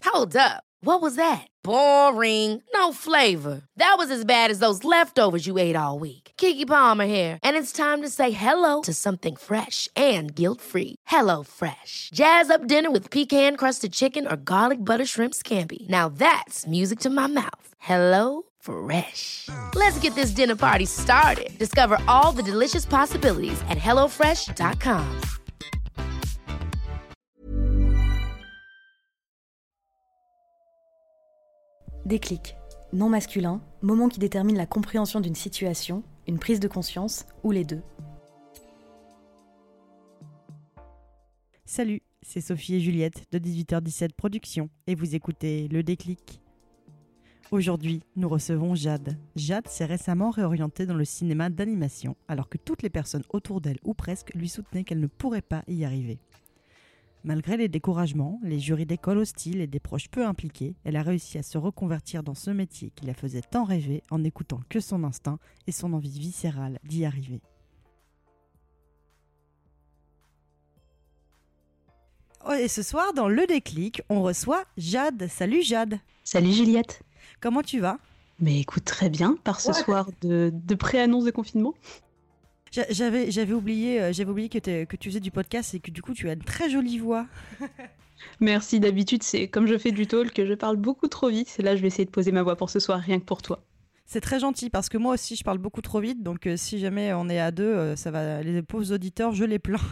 Hold up. What was that? Boring. No flavor. That was as bad as those leftovers you ate all week. Keke Palmer here, and it's time to say hello to something fresh and guilt-free. Hello Fresh. Jazz up dinner with pecan-crusted chicken or garlic butter shrimp scampi. Now that's music to my mouth. Hello Fresh. Let's get this dinner party started. Discover all the delicious possibilities at hellofresh.com. Déclic, nom masculin, moment qui détermine la compréhension d'une situation, une prise de conscience ou les deux. Salut, c'est Sophie et Juliette de 18h17 Productions et vous écoutez Le Déclic. Aujourd'hui, nous recevons Jade. Jade s'est récemment réorientée dans le cinéma d'animation alors que toutes les personnes autour d'elle ou presque lui soutenaient qu'elle ne pourrait pas y arriver. Malgré les découragements, les jurys d'école hostiles et des proches peu impliqués, elle a réussi à se reconvertir dans ce métier qui la faisait tant rêver en n'écoutant que son instinct et son envie viscérale d'y arriver. Oh, et ce soir, dans Le Déclic, on reçoit Jade. Salut Jade. Salut Juliette. Comment tu vas ? Mais écoute, très bien, par ce soir de pré-annonce de confinement. J'avais oublié que tu faisais du podcast et que du coup tu as une très jolie voix. Merci, d'habitude c'est comme je fais du talk que je parle beaucoup trop vite. Là je vais essayer de poser ma voix pour ce soir rien que pour toi. C'est très gentil parce que moi aussi je parle beaucoup trop vite, donc si jamais on est à deux, ça va, les pauvres auditeurs, je les plains.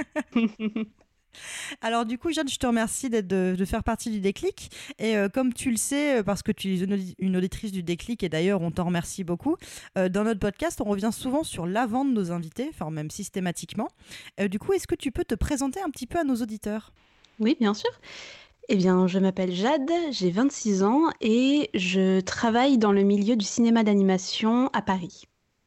Alors du coup, Jeanne, je te remercie de faire partie du Déclic. Et comme tu le sais, parce que tu es une auditrice du Déclic, et d'ailleurs on t'en remercie beaucoup, dans notre podcast, on revient souvent sur l'avant de nos invités, enfin même systématiquement. Du coup, est-ce que tu peux te présenter un petit peu à nos auditeurs ? Oui, bien sûr. Eh bien, je m'appelle Jade, j'ai 26 ans et je travaille dans le milieu du cinéma d'animation à Paris.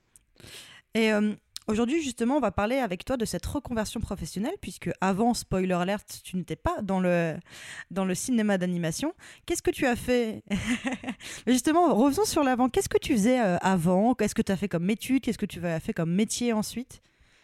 Et aujourd'hui, justement, on va parler avec toi de cette reconversion professionnelle, puisque avant, spoiler alert, tu n'étais pas dans le cinéma d'animation. Qu'est-ce que tu as fait ? Justement, revenons sur l'avant. Qu'est-ce que tu faisais avant ? Qu'est-ce que tu as fait comme étude ? Qu'est-ce que tu as fait comme métier ensuite ?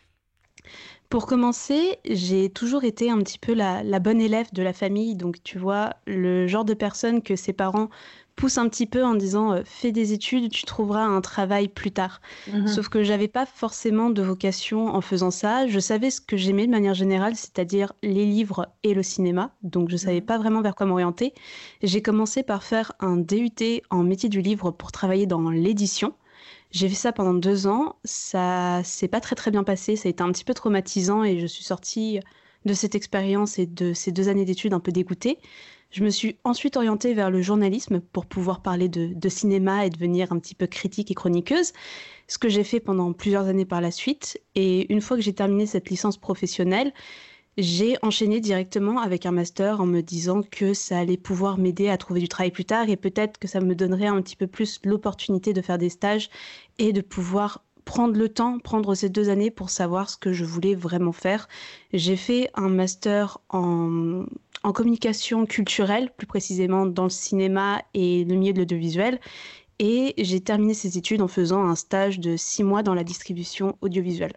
Pour commencer, j'ai toujours été un petit peu la bonne élève de la famille. Donc, tu vois, le genre de personne que ses parents poussent un petit peu en disant fais des études, tu trouveras un travail plus tard. Sauf que j'avais pas forcément de vocation en faisant ça. Je savais ce que j'aimais de manière générale, c'est-à-dire les livres et le cinéma. Donc, je savais pas vraiment vers quoi m'orienter. J'ai commencé par faire un DUT en métier du livre pour travailler dans l'édition. J'ai fait ça pendant 2 ans, ça s'est pas très bien passé, ça a été un petit peu traumatisant et je suis sortie de cette expérience et de ces 2 années d'études un peu dégoûtée. Je me suis ensuite orientée vers le journalisme pour pouvoir parler de cinéma et devenir un petit peu critique et chroniqueuse, ce que j'ai fait pendant plusieurs années par la suite. Et une fois que j'ai terminé cette licence professionnelle, j'ai enchaîné directement avec un master en me disant que ça allait pouvoir m'aider à trouver du travail plus tard et peut-être que ça me donnerait un petit peu plus l'opportunité de faire des stages et de pouvoir prendre ces 2 années pour savoir ce que je voulais vraiment faire. J'ai fait un master en communication culturelle, plus précisément dans le cinéma et le milieu de l'audiovisuel. Et j'ai terminé ces études en faisant un stage de 6 mois dans la distribution audiovisuelle.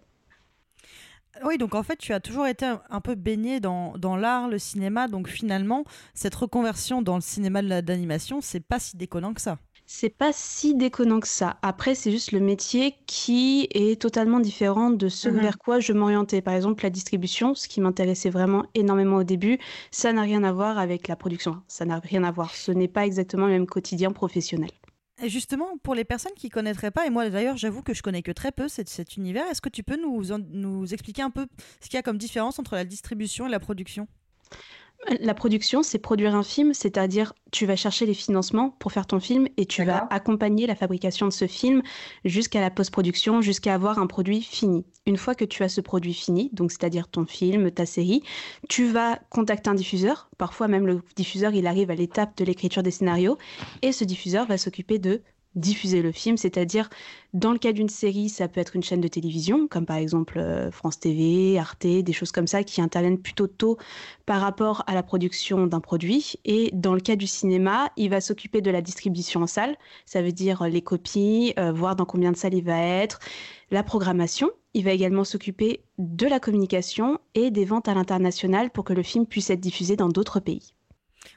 Oui, donc en fait, tu as toujours été un peu baigné dans l'art, le cinéma. Donc finalement, cette reconversion dans le cinéma d'animation, c'est pas si déconnant que ça. C'est pas si déconnant que ça. Après, c'est juste le métier qui est totalement différent de ce vers quoi je m'orientais. Par exemple, la distribution, ce qui m'intéressait vraiment énormément au début, ça n'a rien à voir avec la production. Ça n'a rien à voir. Ce n'est pas exactement le même quotidien professionnel. Et justement, pour les personnes qui ne connaîtraient pas, et moi d'ailleurs j'avoue que je connais que très peu cet univers, est-ce que tu peux nous expliquer un peu ce qu'il y a comme différence entre la distribution et la production ? La production, c'est produire un film, c'est-à-dire tu vas chercher les financements pour faire ton film et tu vas accompagner la fabrication de ce film jusqu'à la post-production, jusqu'à avoir un produit fini. Une fois que tu as ce produit fini, donc c'est-à-dire ton film, ta série, tu vas contacter un diffuseur. Parfois même le diffuseur, il arrive à l'étape de l'écriture des scénarios et ce diffuseur va s'occuper de diffuser le film, c'est-à-dire dans le cas d'une série, ça peut être une chaîne de télévision, comme par exemple France TV, Arte, des choses comme ça qui interviennent plutôt tôt par rapport à la production d'un produit. Et dans le cas du cinéma, il va s'occuper de la distribution en salle, ça veut dire les copies, voir dans combien de salles il va être, la programmation. Il va également s'occuper de la communication et des ventes à l'international pour que le film puisse être diffusé dans d'autres pays.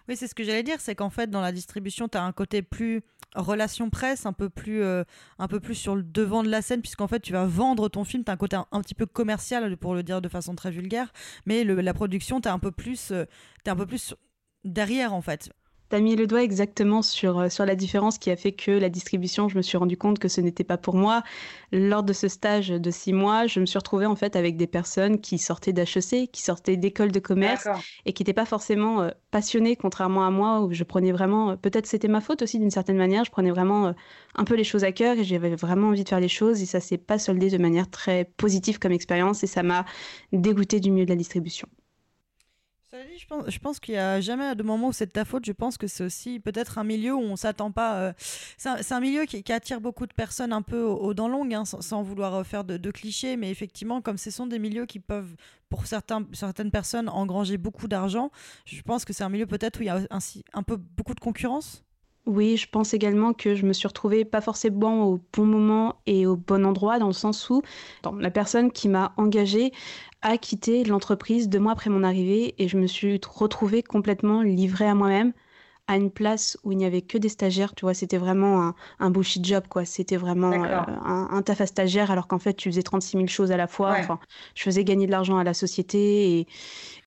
Oui, c'est ce que j'allais dire, c'est qu'en fait, dans la distribution, tu as un côté plus relation presse, un peu plus sur le devant de la scène, puisqu'en fait, tu vas vendre ton film, tu as un côté un petit peu commercial, pour le dire de façon très vulgaire, mais la production, tu es un peu plus derrière, en fait. T'as mis le doigt exactement sur la différence qui a fait que la distribution, je me suis rendu compte que ce n'était pas pour moi. Lors de ce stage de 6 mois, je me suis retrouvée en fait avec des personnes qui sortaient d'HEC, qui sortaient d'écoles de commerce D'accord. et qui n'étaient pas forcément passionnées, contrairement à moi, où je prenais vraiment, peut-être c'était ma faute aussi d'une certaine manière, je prenais vraiment un peu les choses à cœur et j'avais vraiment envie de faire les choses et ça s'est pas soldé de manière très positive comme expérience et ça m'a dégoûtée du milieu de la distribution. Cela dit, je pense qu'il n'y a jamais de moment où c'est de ta faute. Je pense que c'est aussi peut-être un milieu où on ne s'attend pas. C'est un milieu qui attire beaucoup de personnes un peu aux dents longues, hein, sans vouloir faire de clichés. Mais effectivement, comme ce sont des milieux qui peuvent, pour certaines personnes, engranger beaucoup d'argent, je pense que c'est un milieu peut-être où il y a un peu beaucoup de concurrence. Oui, je pense également que je me suis retrouvée pas forcément au bon moment et au bon endroit, dans le sens où la personne qui m'a engagée a quitté l'entreprise 2 mois après mon arrivée et je me suis retrouvée complètement livrée à moi-même, à une place où il n'y avait que des stagiaires. Tu vois, c'était vraiment un bullshit job, quoi. C'était vraiment D'accord. un taf à stagiaire, alors qu'en fait, tu faisais 36 000 choses à la fois. Ouais. Enfin, je faisais gagner de l'argent à la société et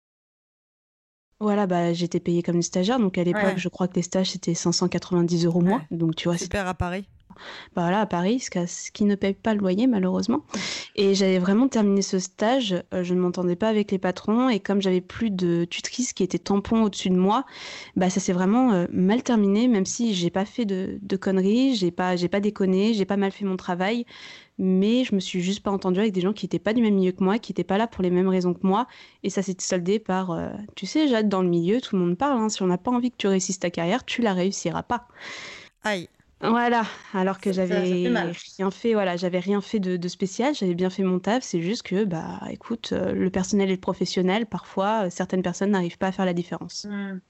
voilà, bah, j'étais payée comme une stagiaire. Donc à l'époque, Ouais. je crois que les stages, c'était 590 € mois. Ouais. Donc tu vois, Super à Paris. bah voilà, à Paris, ce qui ne paye pas le loyer malheureusement. Et j'avais vraiment terminé ce stage, je ne m'entendais pas avec les patrons et comme j'avais plus de tutrice qui était tampon au-dessus de moi, bah ça s'est vraiment mal terminé, même si j'ai pas fait de conneries, j'ai pas déconné, j'ai pas mal fait mon travail, mais je me suis juste pas entendue avec des gens qui étaient pas du même milieu que moi, qui étaient pas là pour les mêmes raisons que moi, et ça s'est soldé par, tu sais, Jade, dans le milieu, tout le monde parle, hein, si on n'a pas envie que tu réussisses ta carrière, tu la réussiras pas. Aïe. Voilà, alors que Ça fait mal. j'avais rien fait de spécial, j'avais bien fait mon taf, c'est juste que, bah, écoute, le personnel et le professionnel, parfois, certaines personnes n'arrivent pas à faire la différence.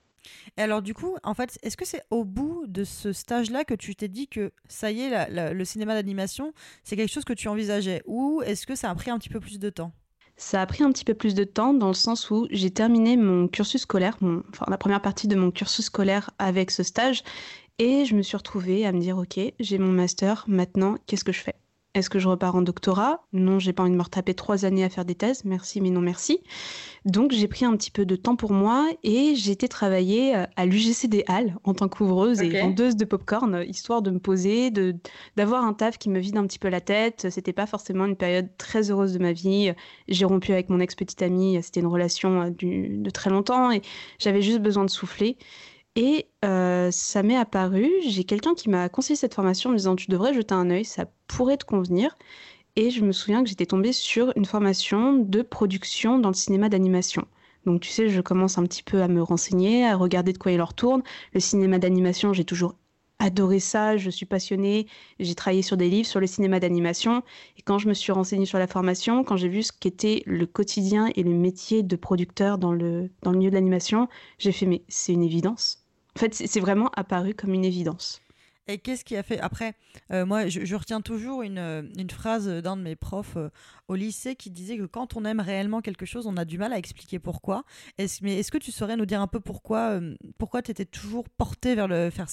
Et alors du coup, en fait, est-ce que c'est au bout de ce stage-là que tu t'es dit que ça y est, le cinéma d'animation, c'est quelque chose que tu envisageais? Ou est-ce que ça a pris un petit peu plus de temps? Ça a pris un petit peu plus de temps dans le sens où j'ai terminé mon cursus scolaire, la première partie de mon cursus scolaire avec ce stage, et je me suis retrouvée à me dire, ok, j'ai mon master, maintenant, qu'est-ce que je fais? Est-ce que je repars en doctorat? Non, j'ai pas envie de me retaper 3 années à faire des thèses, merci, mais non merci. Donc j'ai pris un petit peu de temps pour moi et j'ai été travailler à l'UGC des Halles en tant qu'ouvreuse Ok. et vendeuse de popcorn, histoire de me poser, d'avoir un taf qui me vide un petit peu la tête. C'était pas forcément une période très heureuse de ma vie. J'ai rompu avec mon ex-petite amie, c'était une relation de très longtemps et j'avais juste besoin de souffler. Et ça m'est apparu, j'ai quelqu'un qui m'a conseillé cette formation en me disant tu devrais jeter un œil, ça pourrait te convenir. Et je me souviens que j'étais tombée sur une formation de production dans le cinéma d'animation. Donc tu sais, je commence un petit peu à me renseigner, à regarder de quoi il leur tourne. Le cinéma d'animation, j'ai toujours adoré ça, je suis passionnée. J'ai travaillé sur des livres sur le cinéma d'animation. Et quand je me suis renseignée sur la formation, quand j'ai vu ce qu'était le quotidien et le métier de producteur dans le milieu de l'animation, j'ai fait mais c'est une évidence. En fait, c'est vraiment apparu comme une évidence. Et qu'est-ce qui a fait après moi, je retiens toujours une phrase d'un de mes profs au lycée qui disait que quand on aime réellement quelque chose, on a du mal à expliquer pourquoi. Mais est-ce que tu saurais nous dire un peu pourquoi tu étais toujours porté vers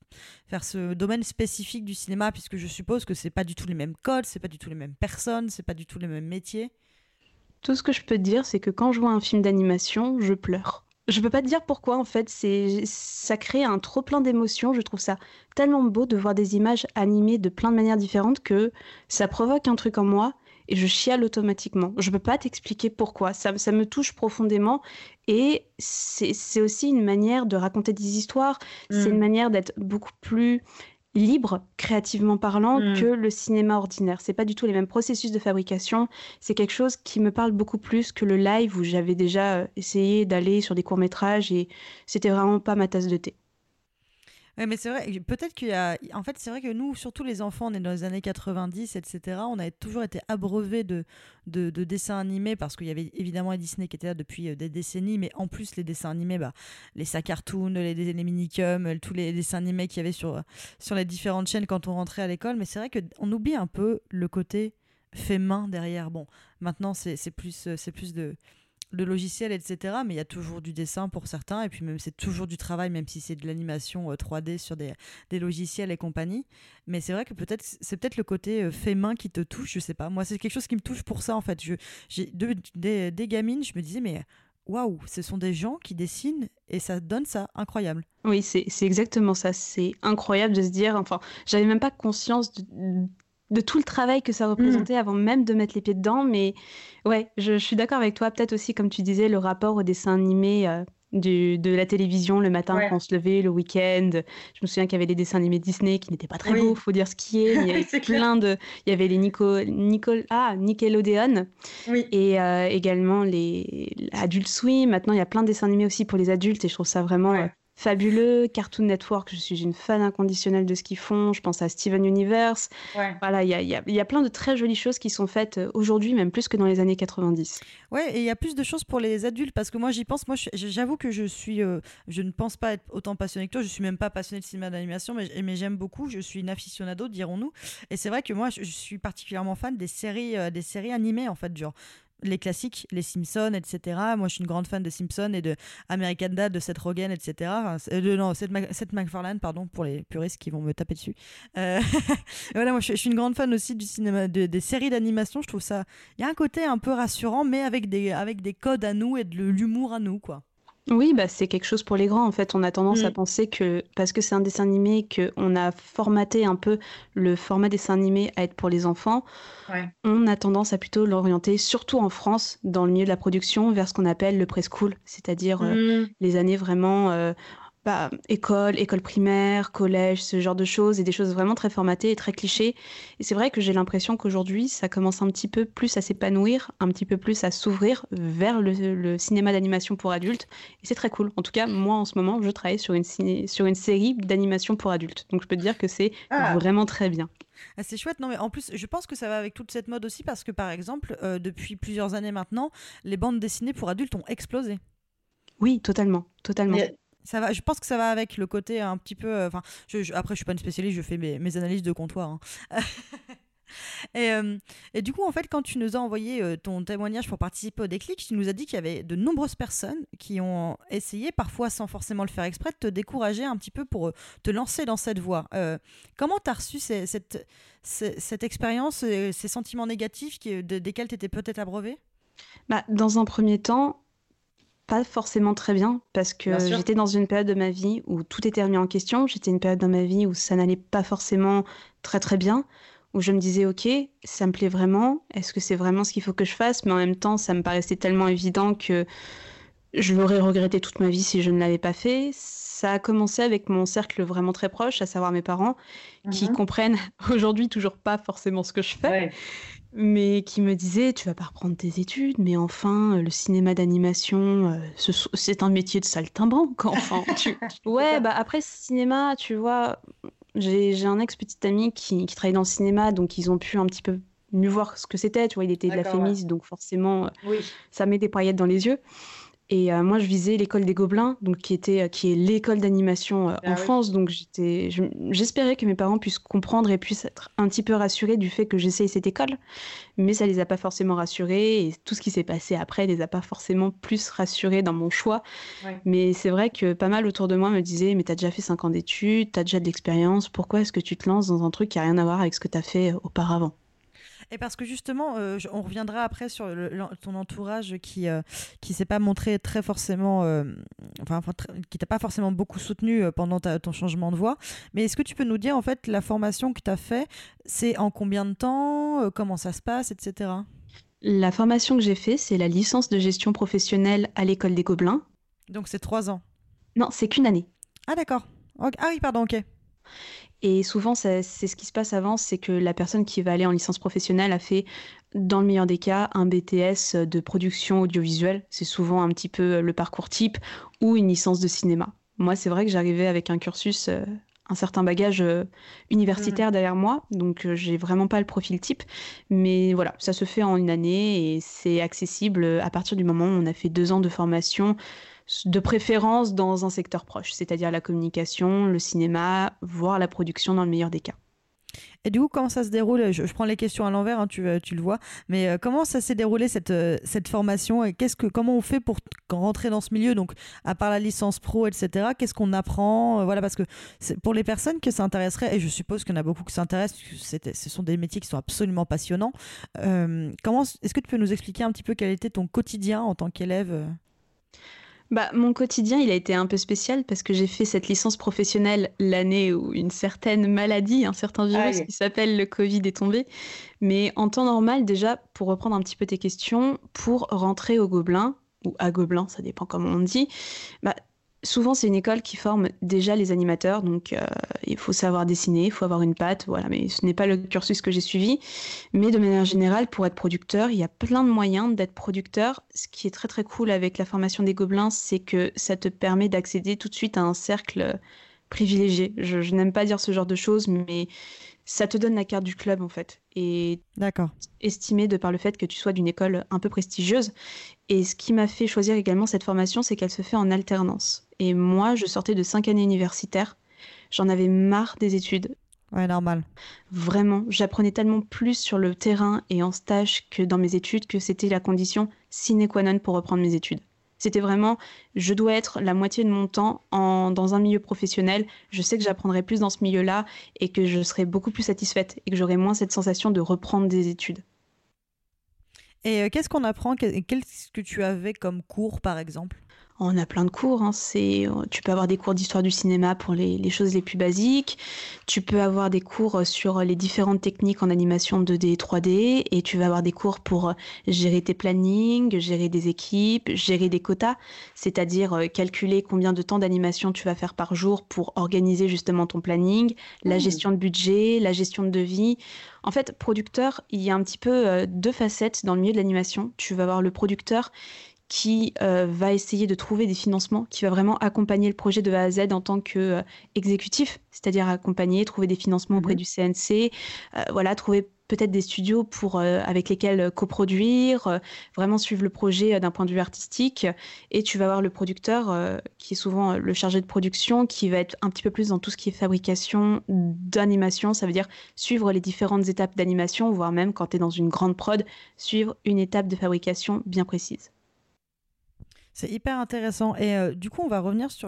ce domaine spécifique du cinéma, puisque je suppose que c'est pas du tout les mêmes codes, c'est pas du tout les mêmes personnes, c'est pas du tout les mêmes métiers. Tout ce que je peux te dire, c'est que quand je vois un film d'animation, je pleure. Je peux pas te dire pourquoi, en fait, ça crée un trop plein d'émotions. Je trouve ça tellement beau de voir des images animées de plein de manières différentes que ça provoque un truc en moi et je chiale automatiquement. Je peux pas t'expliquer pourquoi. Ça me touche profondément et c'est aussi une manière de raconter des histoires. C'est une manière d'être beaucoup plus libre, créativement parlant, que le cinéma ordinaire. C'est pas du tout les mêmes processus de fabrication. C'est quelque chose qui me parle beaucoup plus que le live où j'avais déjà essayé d'aller sur des courts-métrages et c'était vraiment pas ma tasse de thé. Ouais, mais c'est vrai, peut-être qu'il y a. En fait, c'est vrai que nous, surtout les enfants, on est dans les années 90, etc. On a toujours été abreuvés de dessins animés parce qu'il y avait évidemment les Disney qui étaient là depuis des décennies, mais en plus, les dessins animés, les sacs cartoons, les minicums, tous les dessins animés qu'il y avait sur les différentes chaînes quand on rentrait à l'école. Mais c'est vrai qu'on oublie un peu le côté fait main derrière. Bon, maintenant, c'est plus de logiciels, etc. Mais il y a toujours du dessin pour certains, et puis même c'est toujours du travail, même si c'est de l'animation 3D sur des logiciels et compagnie. Mais c'est vrai que c'est peut-être le côté fait main qui te touche, je sais pas. Moi, c'est quelque chose qui me touche pour ça, en fait. J'ai des gamines, je me disais, mais waouh, ce sont des gens qui dessinent et ça donne ça, incroyable. Oui, c'est exactement ça. C'est incroyable de se dire, enfin, j'avais même pas conscience de tout le travail que ça représentait avant même de mettre les pieds dedans. Mais ouais, je suis d'accord avec toi. Peut-être aussi, comme tu disais, le rapport au dessin animé de la télévision le matin quand on se levait, le week-end. Je me souviens qu'il y avait des dessins animés Disney qui n'étaient pas très beaux, faut dire ce qui est. Mais il y avait il y avait les Nickelodeon et également les Adult Swim. Maintenant, il y a plein de dessins animés aussi pour les adultes et je trouve ça vraiment fabuleux. Cartoon Network, je suis une fan inconditionnelle de ce qu'ils font. Je pense à Steven Universe. Voilà, il y a plein de très jolies choses qui sont faites aujourd'hui, même plus que dans les années 90. Ouais, et il y a plus de choses pour les adultes parce que moi j'y pense. Moi, j'avoue que je ne pense pas être autant passionnée que toi. Je suis même pas passionnée de cinéma d'animation, mais j'aime beaucoup. Je suis une aficionado, dirons-nous. Et c'est vrai que moi, je suis particulièrement fan des séries animées en fait, genre les classiques, les Simpsons, etc. Moi, je suis une grande fan de Simpsons et de American Dad, de Seth Rogen, etc. Enfin, Seth MacFarlane, pardon, pour les puristes qui vont me taper dessus. Voilà, moi, je suis une grande fan aussi du cinéma, des séries d'animation. Je trouve ça... Il y a un côté un peu rassurant, mais avec des codes à nous et de l'humour à nous, quoi. Oui, bah, c'est quelque chose pour les grands. En fait, on a tendance à penser que parce que c'est un dessin animé, qu'on a formaté un peu le format dessin animé à être pour les enfants, on a tendance à plutôt l'orienter, surtout en France, dans le milieu de la production, vers ce qu'on appelle le preschool, c'est-à-dire les années vraiment école primaire, collège, ce genre de choses, et des choses vraiment très formatées et très clichés. Et c'est vrai que j'ai l'impression qu'aujourd'hui, ça commence un petit peu plus à s'épanouir, un petit peu plus à s'ouvrir vers le cinéma d'animation pour adultes. Et c'est très cool. En tout cas, moi, en ce moment, je travaille sur une série d'animation pour adultes. Donc, je peux te dire que c'est vraiment très bien. Ah, c'est chouette, non mais en plus je pense que ça va avec toute cette mode aussi parce que par exemple depuis plusieurs années maintenant les bandes dessinées pour adultes ont explosé. Oui, totalement. Ça va, je pense que ça va avec le côté un petit peu. Après, je suis pas une spécialiste, je fais mes analyses de comptoir. Hein. Et du coup, en fait, quand tu nous as envoyé ton témoignage pour participer au déclic, tu nous as dit qu'il y avait de nombreuses personnes qui ont essayé, parfois sans forcément le faire exprès, de te décourager un petit peu pour te lancer dans cette voie. Comment tu as reçu cette expérience, ces sentiments négatifs desquels tu étais peut-être abreuvé ? Dans un premier temps, pas forcément très bien, parce que j'étais dans une période de ma vie où tout était remis en question. J'étais une période dans ma vie où ça n'allait pas forcément très très bien, où je me disais ok, ça me plaît vraiment, est-ce que c'est vraiment ce qu'il faut que je fasse? Mais en même temps, ça me paraissait tellement évident que je l'aurais regretté toute ma vie si je ne l'avais pas fait. Ça a commencé avec mon cercle vraiment très proche, à savoir mes parents, qui comprennent aujourd'hui toujours pas forcément ce que je fais. Mais qui me disait, tu vas pas reprendre tes études, mais enfin, le cinéma d'animation, c'est un métier de saltimbanque, enfin. Après cinéma, tu vois, j'ai un ex-petit ami qui travaillait dans le cinéma, donc ils ont pu un petit peu mieux voir ce que c'était, tu vois, il était de la Fémis, donc forcément, ça met des paillettes dans les yeux. Et moi, je visais l'école des Gobelins, donc qui est l'école d'animation en France. Donc j'espérais que mes parents puissent comprendre et puissent être un petit peu rassurés du fait que j'essaye cette école. Mais ça les a pas forcément rassurés. Et tout ce qui s'est passé après les a pas forcément plus rassurés dans mon choix. Mais c'est vrai que pas mal autour de moi me disaient « Mais t'as déjà fait 5 ans d'études, t'as déjà de l'expérience. Pourquoi est-ce que tu te lances dans un truc qui a rien à voir avec ce que t'as fait auparavant ?» Et parce que justement, on reviendra après sur ton entourage qui s'est pas montré très forcément, qui t'a pas forcément beaucoup soutenu pendant ton changement de voie. Mais est-ce que tu peux nous dire en fait la formation que tu as fait, c'est en combien de temps, comment ça se passe, etc. La formation que j'ai fait, c'est la licence de gestion professionnelle à l'école des Gobelins. Donc c'est 3 ans. Non, c'est qu'une année. Ah d'accord. Ah oui, pardon, ok. Et souvent, c'est ce qui se passe avant, c'est que la personne qui va aller en licence professionnelle a fait, dans le meilleur des cas, un BTS de production audiovisuelle. C'est souvent un petit peu le parcours type, ou une licence de cinéma. Moi, c'est vrai que j'arrivais avec un cursus, un certain bagage universitaire derrière moi, donc j'ai vraiment pas le profil type. Mais voilà, ça se fait en une année et c'est accessible à partir du moment où on a fait 2 ans de formation, de préférence dans un secteur proche, c'est-à-dire la communication, le cinéma, voire la production dans le meilleur des cas. Et du coup, comment ça se déroule? Je prends les questions à l'envers, hein, tu le vois. Mais comment ça s'est déroulé cette formation et comment on fait pour rentrer dans ce milieu? Donc, à part la licence pro, etc., qu'est-ce qu'on apprend? Voilà, parce que pour les personnes que ça intéresserait, et je suppose qu'il y en a beaucoup qui s'intéressent, parce que ce sont des métiers qui sont absolument passionnants. Est-ce que tu peux nous expliquer un petit peu quel était ton quotidien en tant qu'élève? Bah, mon quotidien, il a été un peu spécial parce que j'ai fait cette licence professionnelle l'année où une certaine maladie, un certain virus Aïe. qui s'appelle le Covid est tombé. Mais en temps normal, déjà, pour reprendre un petit peu tes questions, pour rentrer au Gobelin, ou à Gobelin, ça dépend comment on dit, bah, souvent c'est une école qui forme déjà les animateurs, donc il faut savoir dessiner, il faut avoir une patte, voilà, mais ce n'est pas le cursus que j'ai suivi. Mais de manière générale, pour être producteur, il y a plein de moyens d'être producteur. Ce qui est très très cool avec la formation des Gobelins, c'est que ça te permet d'accéder tout de suite à un cercle privilégié. Je n'aime pas dire ce genre de choses, mais ça te donne la carte du club en fait. Et D'accord. estimé de par le fait que tu sois d'une école un peu prestigieuse. Et ce qui m'a fait choisir également cette formation, c'est qu'elle se fait en alternance. Et moi, je sortais de 5 années universitaires. J'en avais marre des études. Ouais, normal. Vraiment, j'apprenais tellement plus sur le terrain et en stage que dans mes études que c'était la condition sine qua non pour reprendre mes études. C'était vraiment, je dois être la moitié de mon temps dans un milieu professionnel. Je sais que j'apprendrai plus dans ce milieu-là et que je serai beaucoup plus satisfaite et que j'aurai moins cette sensation de reprendre des études. Et qu'est-ce qu'on apprend? Qu'est-ce que tu avais comme cours, par exemple? On a plein de cours, hein. Tu peux avoir des cours d'histoire du cinéma pour les choses les plus basiques. Tu peux avoir des cours sur les différentes techniques en animation 2D et 3D. Et tu vas avoir des cours pour gérer tes plannings, gérer des équipes, gérer des quotas. C'est-à-dire calculer combien de temps d'animation tu vas faire par jour pour organiser justement ton planning, la gestion de budget, la gestion de devis. En fait, producteur, il y a un petit peu deux facettes dans le milieu de l'animation. Tu vas avoir le producteur qui va essayer de trouver des financements, qui va vraiment accompagner le projet de A à Z en tant qu'exécutif, c'est-à-dire accompagner, trouver des financements auprès du CNC, voilà, trouver peut-être des studios avec lesquels coproduire, vraiment suivre le projet d'un point de vue artistique. Et tu vas avoir le producteur, qui est souvent le chargé de production, qui va être un petit peu plus dans tout ce qui est fabrication d'animation. Ça veut dire suivre les différentes étapes d'animation, voire même quand tu es dans une grande prod, suivre une étape de fabrication bien précise. C'est hyper intéressant. Et du coup, on va revenir sur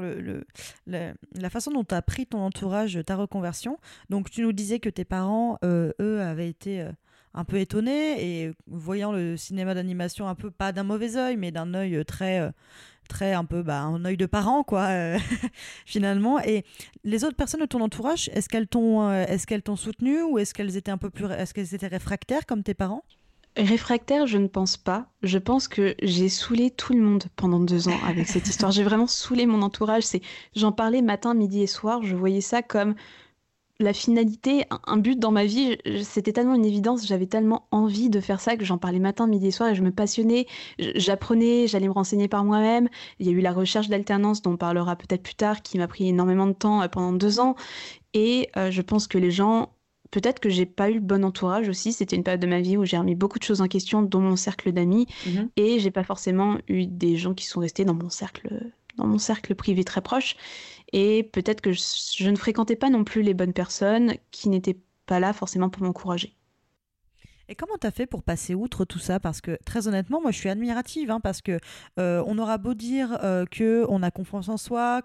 la façon dont tu as pris ton entourage, ta reconversion. Donc, tu nous disais que tes parents, eux, avaient été un peu étonnés et voyant le cinéma d'animation un peu, pas d'un mauvais œil, mais d'un œil très un peu, un œil de parent, quoi, finalement. Et les autres personnes de ton entourage, est-ce qu'elles t'ont soutenu ou est-ce qu'elles étaient réfractaires comme tes parents? Réfractaire, je ne pense pas. Je pense que j'ai saoulé tout le monde pendant 2 ans avec cette histoire. J'ai vraiment saoulé mon entourage. J'en parlais matin, midi et soir. Je voyais ça comme la finalité, un but dans ma vie. C'était tellement une évidence. J'avais tellement envie de faire ça que j'en parlais matin, midi et soir et je me passionnais. J'apprenais, j'allais me renseigner par moi-même. Il y a eu la recherche d'alternance dont on parlera peut-être plus tard, qui m'a pris énormément de temps pendant 2 ans. Et je pense que les gens... Peut-être que j'ai pas eu le bon entourage aussi. C'était une période de ma vie où j'ai remis beaucoup de choses en question, dont mon cercle d'amis. Et j'ai pas forcément eu des gens qui sont restés dans mon cercle privé très proche. Et peut-être que je ne fréquentais pas non plus les bonnes personnes qui n'étaient pas là forcément pour m'encourager. Et comment t'as fait pour passer outre tout ça? Parce que très honnêtement, moi je suis admirative, hein, parce que on aura beau dire qu'on a confiance en soi,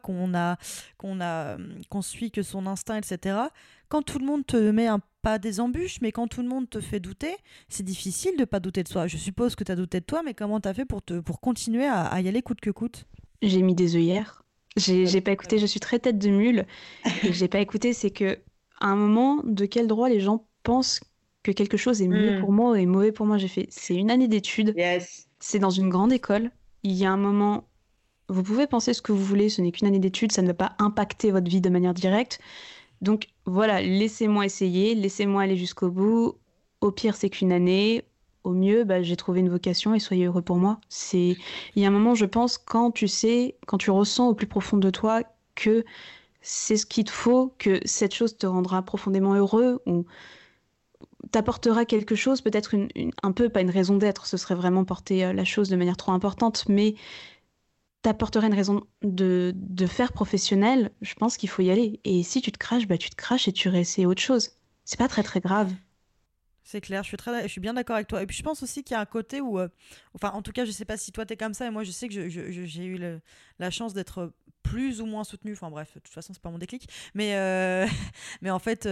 qu'on suit que son instinct, etc. Quand tout le monde te met pas des embûches, mais quand tout le monde te fait douter, c'est difficile de pas douter de soi. Je suppose que t'as douté de toi, mais comment t'as fait pour continuer à y aller coûte que coûte? J'ai mis des œillères. J'ai pas écouté, je suis très tête de mule. Et j'ai pas écouté, c'est que à un moment, de quel droit les gens pensent que quelque chose est mieux pour moi et mauvais pour moi? J'ai fait, c'est une année d'études, c'est dans une grande école. Il y a un moment, vous pouvez penser ce que vous voulez, ce n'est qu'une année d'études, ça ne va pas impacter votre vie de manière directe. Donc voilà, laissez-moi essayer, laissez-moi aller jusqu'au bout. Au pire, c'est qu'une année. Au mieux, j'ai trouvé une vocation et soyez heureux pour moi. Il y a un moment, je pense, quand tu ressens au plus profond de toi que c'est ce qu'il te faut, que cette chose te rendra profondément heureux ou t'apportera quelque chose, peut-être un peu, pas une raison d'être, ce serait vraiment porter la chose de manière trop importante, mais t'apporterait une raison de faire professionnel, je pense qu'il faut y aller. Et si tu te craches, tu te craches et tu réessayes autre chose. c'est pas très très grave. C'est clair, je suis bien d'accord avec toi. Et puis je pense aussi qu'il y a un côté où, enfin en tout cas, je sais pas si toi t'es comme ça, et moi je sais que j'ai eu la chance d'être plus ou moins soutenue. Enfin bref, de toute façon c'est pas mon déclic. Mais mais en fait,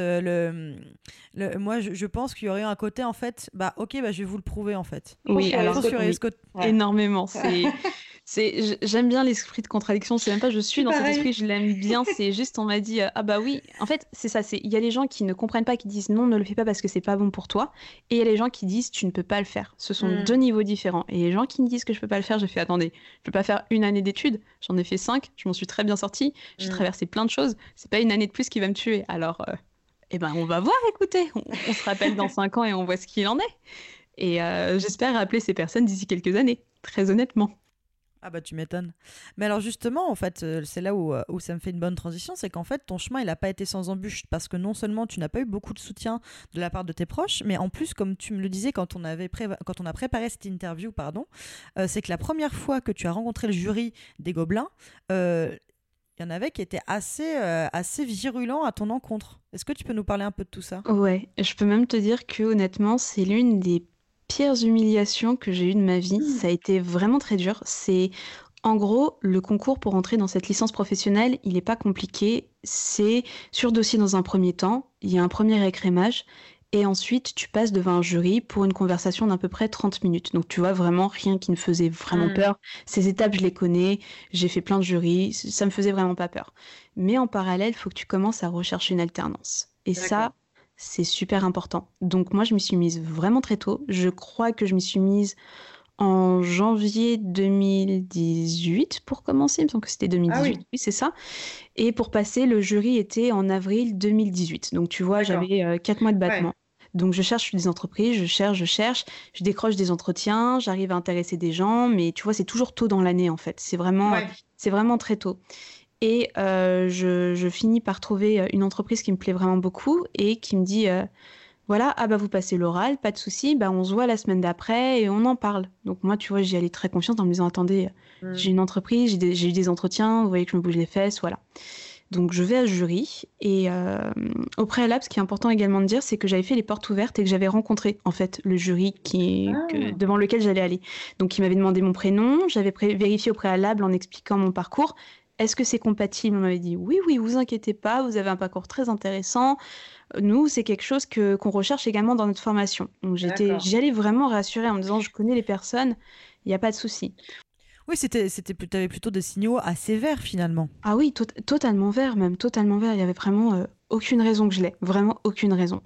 moi je pense qu'il y aurait eu un côté en fait, bah ok, bah je vais vous le prouver en fait. Oui, alors Censurer, énormément. J'aime bien l'esprit de contradiction. C'est même pas je suis dans cet Pareil. esprit, je l'aime bien. C'est juste on m'a dit ah bah oui. En fait, c'est ça. Il y a les gens qui ne comprennent pas, qui disent non, ne le fais pas parce que c'est pas bon pour toi. Et il y a les gens qui disent tu ne peux pas le faire. Ce sont deux niveaux différents. Et les gens qui me disent que je peux pas le faire, je fais attendez, je peux pas faire une année d'études. J'en ai fait 5. Je m'en suis très bien sortie. J'ai traversé plein de choses. C'est pas une année de plus qui va me tuer. Alors, eh ben on va voir. Écoutez, on se rappelle dans 5 ans et on voit ce qu'il en est. Et j'espère rappeler ces personnes d'ici quelques années. Très honnêtement. Ah bah tu m'étonnes. Mais alors justement, en fait, c'est là où ça me fait une bonne transition, c'est qu'en fait ton chemin il n'a pas été sans embûches parce que non seulement tu n'as pas eu beaucoup de soutien de la part de tes proches, mais en plus comme tu me le disais quand on a préparé cette interview, c'est que la première fois que tu as rencontré le jury des Gobelins, il y en avait qui étaient assez virulents à ton encontre. Est-ce que tu peux nous parler un peu de tout ça ? Ouais, je peux même te dire que honnêtement, c'est l'une des pires humiliations que j'ai eues de ma vie. Ça a été vraiment très dur. C'est en gros le concours pour entrer dans cette licence professionnelle, il n'est pas compliqué. C'est sur dossier dans un premier temps. Il y a un premier écrémage. Et ensuite, tu passes devant un jury pour une conversation d'à peu près 30 minutes. Donc, tu vois, vraiment rien qui me faisait vraiment peur. Ces étapes, je les connais. J'ai fait plein de jurys. Ça me faisait vraiment pas peur. Mais en parallèle, il faut que tu commences à rechercher une alternance. Et ça, c'est super important. Donc, moi, je m'y suis mise vraiment très tôt. Je crois que je m'y suis mise en janvier 2018 pour commencer. Il me semble que c'était 2018. Ah oui. Oui, c'est ça. Et pour passer, le jury était en avril 2018. Donc, tu vois, j'avais 4 mois de battement. Ouais. Donc, je cherche des entreprises, je cherche, je décroche des entretiens, j'arrive à intéresser des gens, mais tu vois, c'est toujours tôt dans l'année, en fait. C'est vraiment très tôt. Et je finis par trouver une entreprise qui me plaît vraiment beaucoup et qui me dit voilà, ah bah vous passez l'oral, pas de souci, bah on se voit la semaine d'après et on en parle. Donc moi, tu vois, j'y allais très confiante en me disant attendez, j'ai une entreprise, j'ai eu des entretiens, vous voyez que je me bouge les fesses, voilà. Donc je vais à ce jury et au préalable, ce qui est important également de dire, c'est que j'avais fait les portes ouvertes et que j'avais rencontré en fait le jury devant lequel j'allais aller. Donc il m'avait demandé mon prénom, j'avais vérifié au préalable en expliquant mon parcours. Est-ce que c'est compatible ? On m'avait dit oui, vous inquiétez pas, vous avez un parcours très intéressant. Nous, c'est quelque chose qu'on recherche également dans notre formation. Donc j'y allais vraiment rassurée en me disant je connais les personnes, il n'y a pas de souci. Oui, t'avais plutôt des signaux assez verts finalement. Ah oui, totalement verts, même totalement verts. Il n'y avait vraiment aucune raison que je l'aie, vraiment aucune raison.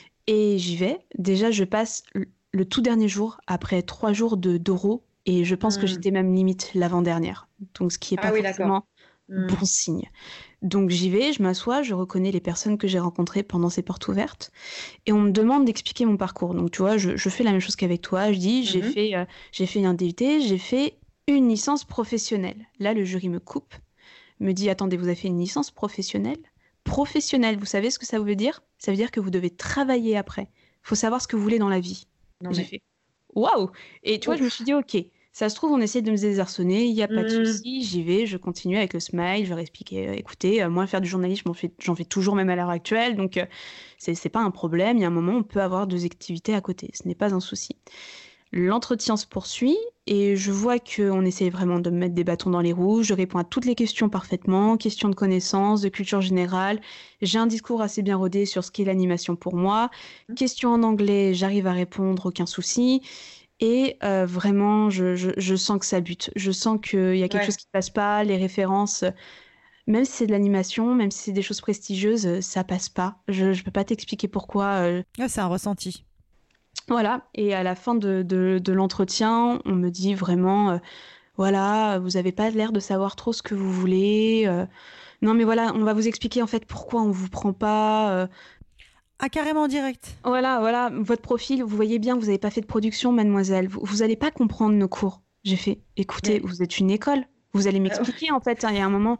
Et j'y vais. Déjà, je passe le tout dernier jour, après 3 jours d'oraux, et je pense que j'étais même limite l'avant-dernière. Donc ce qui n'est pas forcément bon signe. Donc j'y vais, je m'assois, je reconnais les personnes que j'ai rencontrées pendant ces portes ouvertes, et on me demande d'expliquer mon parcours. Donc tu vois, je fais la même chose qu'avec toi. Je dis, j'ai fait un DUT, j'ai fait une licence professionnelle. Là, le jury me coupe, me dit attendez, vous avez fait une licence professionnelle ? Professionnelle, vous savez ce que ça veut dire ? Ça veut dire que vous devez travailler après. Il faut savoir ce que vous voulez dans la vie. J'ai fait waouh ! Et tu vois, je me suis dit ok, ça se trouve, on essaie de me désarçonner, il n'y a pas de souci, j'y vais, je continue avec le smile, je leur explique écoutez, moi, faire du journalisme, j'en fais toujours, même à l'heure actuelle, donc c'est pas un problème. Il y a un moment, on peut avoir 2 activités à côté, ce n'est pas un souci. L'entretien se poursuit et je vois qu'on essaie vraiment de me mettre des bâtons dans les roues. Je réponds à toutes les questions parfaitement, questions de connaissances, de culture générale. J'ai un discours assez bien rodé sur ce qu'est l'animation pour moi. Questions en anglais, j'arrive à répondre, aucun souci. Et vraiment, je sens que ça bute. Je sens qu'il y a quelque chose qui ne passe pas. Les références, même si c'est de l'animation, même si c'est des choses prestigieuses, ça passe pas. Je ne peux pas t'expliquer pourquoi. C'est un ressenti. Voilà, et à la fin de l'entretien, on me dit vraiment, voilà, vous n'avez pas l'air de savoir trop ce que vous voulez. Non, mais voilà, on va vous expliquer en fait pourquoi on ne vous prend pas. Ah, carrément direct. Voilà, votre profil, vous voyez bien, vous n'avez pas fait de production, mademoiselle. Vous n'allez pas comprendre nos cours. J'ai fait, écoutez, vous êtes une école. Vous allez m'expliquer en fait, il y a un moment,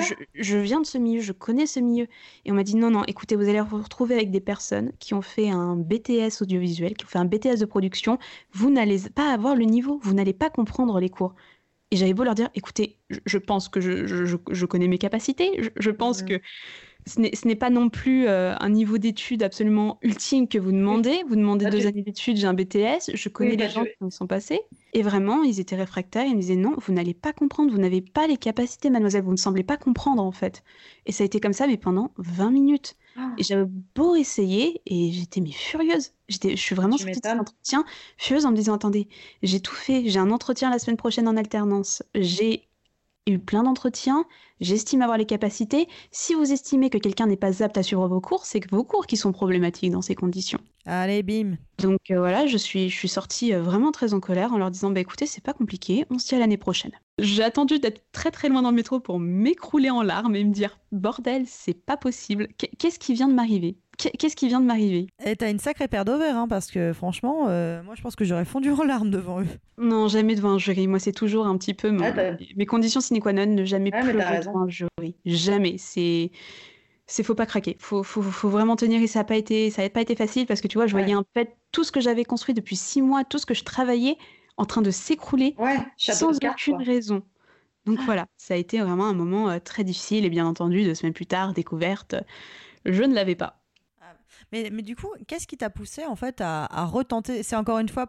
je viens de ce milieu, je connais ce milieu. Et on m'a dit non, écoutez, vous allez vous retrouver avec des personnes qui ont fait un BTS audiovisuel, qui ont fait un BTS de production. Vous n'allez pas avoir le niveau, vous n'allez pas comprendre les cours. Et j'avais beau leur dire, écoutez, je pense que je connais mes capacités, je pense que ce n'est pas non plus un niveau d'études absolument ultime que vous demandez. Vous demandez 2 années d'études, j'ai un BTS, je connais les gens qui en sont passés. Et vraiment, ils étaient réfractaires, ils me disaient non, vous n'allez pas comprendre, vous n'avez pas les capacités, mademoiselle, vous ne semblez pas comprendre en fait. Et ça a été comme ça, mais pendant 20 minutes. Et j'avais beau essayer, et j'étais mais furieuse. Je suis vraiment sortie de cet entretien furieuse en me disant, attendez, j'ai tout fait, j'ai un entretien la semaine prochaine en alternance, j'ai eu plein d'entretiens, j'estime avoir les capacités. Si vous estimez que quelqu'un n'est pas apte à suivre vos cours, c'est que vos cours qui sont problématiques dans ces conditions. Allez, bim. Donc voilà, je suis sortie vraiment très en colère en leur disant, bah écoutez, c'est pas compliqué, on se dit à l'année prochaine. J'ai attendu d'être très très loin dans le métro pour m'écrouler en larmes et me dire, bordel, c'est pas possible, qu'est-ce qui vient de m'arriver ? Qu'est-ce qui vient de m'arriver ? Et t'as une sacrée paire d'ovaires, hein, parce que franchement, moi je pense que j'aurais fondu en larmes devant eux. Non, jamais devant un jury. Moi, c'est toujours un petit peu mes conditions sine qua non, ne jamais pleurer devant un jury. Jamais. Faut pas craquer. Faut vraiment tenir, et ça n'a pas été facile parce que tu vois, je voyais en fait tout ce que j'avais construit depuis 6 mois, tout ce que je travaillais en train de s'écrouler sans aucune raison. Donc voilà, ça a été vraiment un moment très difficile et bien entendu, 2 semaines plus tard, découverte, je ne l'avais pas. Mais du coup, qu'est-ce qui t'a poussé en fait à retenter ? C'est encore une fois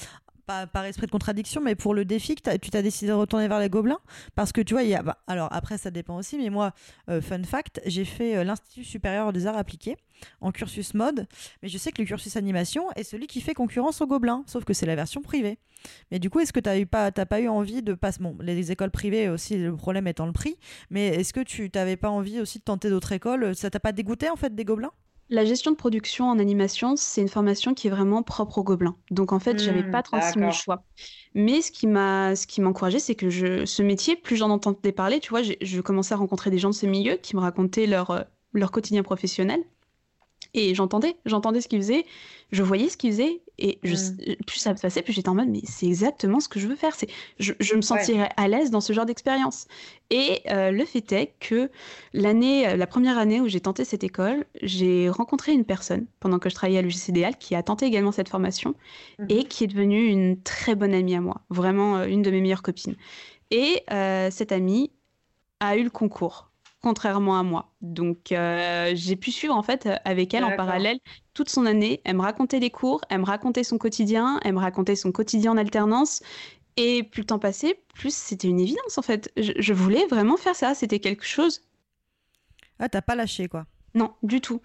par esprit de contradiction, mais pour le défi que tu t'as décidé de retourner vers les Gobelins, parce que tu vois, alors après ça dépend aussi, mais moi, fun fact, j'ai fait l'Institut supérieur des arts appliqués en cursus mode, mais je sais que le cursus animation est celui qui fait concurrence aux Gobelins, sauf que c'est la version privée. Mais du coup, est-ce que t'as pas eu envie de passer, bon, les écoles privées aussi, le problème étant le prix, mais est-ce que tu t'avais pas envie aussi de tenter d'autres écoles ? Ça t'a pas dégoûté en fait des Gobelins ? La gestion de production en animation, c'est une formation qui est vraiment propre aux Gobelins. Donc en fait, j'avais pas 36 000 choix. Mais ce qui m'a encouragée, c'est que ce métier, plus j'en entendais parler, tu vois, je commençais à rencontrer des gens de ce milieu qui me racontaient leur quotidien professionnel. Et j'entendais ce qu'ils faisaient, je voyais ce qu'ils faisaient, et plus ça passait, plus j'étais en mode, mais c'est exactement ce que je veux faire. Je me sentirais à l'aise dans ce genre d'expérience. Et le fait est que la première année où j'ai tenté cette école, j'ai rencontré une personne pendant que je travaillais à l'UGC qui a tenté également cette formation et qui est devenue une très bonne amie à moi, vraiment une de mes meilleures copines. Et cette amie a eu le concours, contrairement à moi. Donc, j'ai pu suivre en fait avec elle en parallèle toute son année. Elle me racontait les cours, elle me racontait son quotidien, elle me racontait son quotidien en alternance. Et plus le temps passait, plus c'était une évidence en fait. Je voulais vraiment faire ça, c'était quelque chose. Ah, t'as pas lâché quoi. Non, du tout.